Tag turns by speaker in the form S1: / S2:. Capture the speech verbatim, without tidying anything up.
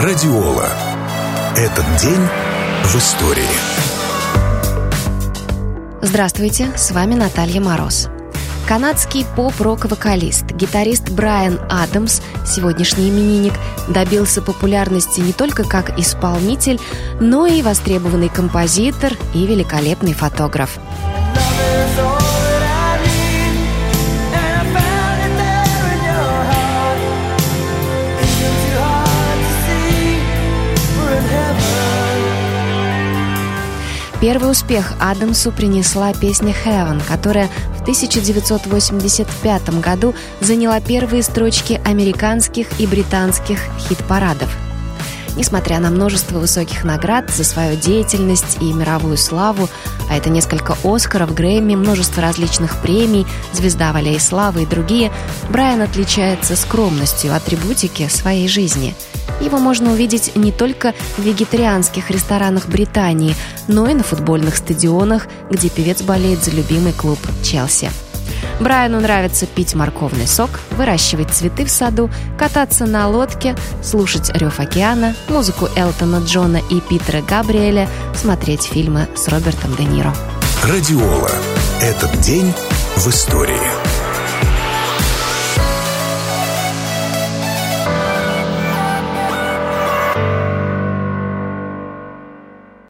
S1: Радиола. Этот день в истории.
S2: Здравствуйте, с вами Наталья Мороз. Канадский поп-рок-вокалист, гитарист Брайан Адамс, сегодняшний именинник, добился популярности не только как исполнитель, но и востребованный композитор и великолепный фотограф. Первый успех Адамсу принесла песня «Heaven», которая в тысяча девятьсот восемьдесят пятом году заняла первые строчки американских и британских хит-парадов. Несмотря на множество высоких наград за свою деятельность и мировую славу, а это несколько Оскаров, Грэмми, множество различных премий, «Звезда Валя и славы» и другие, Брайан отличается скромностью, атрибутики своей жизни. Его можно увидеть не только в вегетарианских ресторанах Британии, но и на футбольных стадионах, где певец болеет за любимый клуб Челси. Брайану нравится пить морковный сок, выращивать цветы в саду, кататься на лодке, слушать рев океана, музыку Элтона Джона и Питера Габриэля, смотреть фильмы с Робертом Де Ниро.
S1: Радиола. Этот день в истории.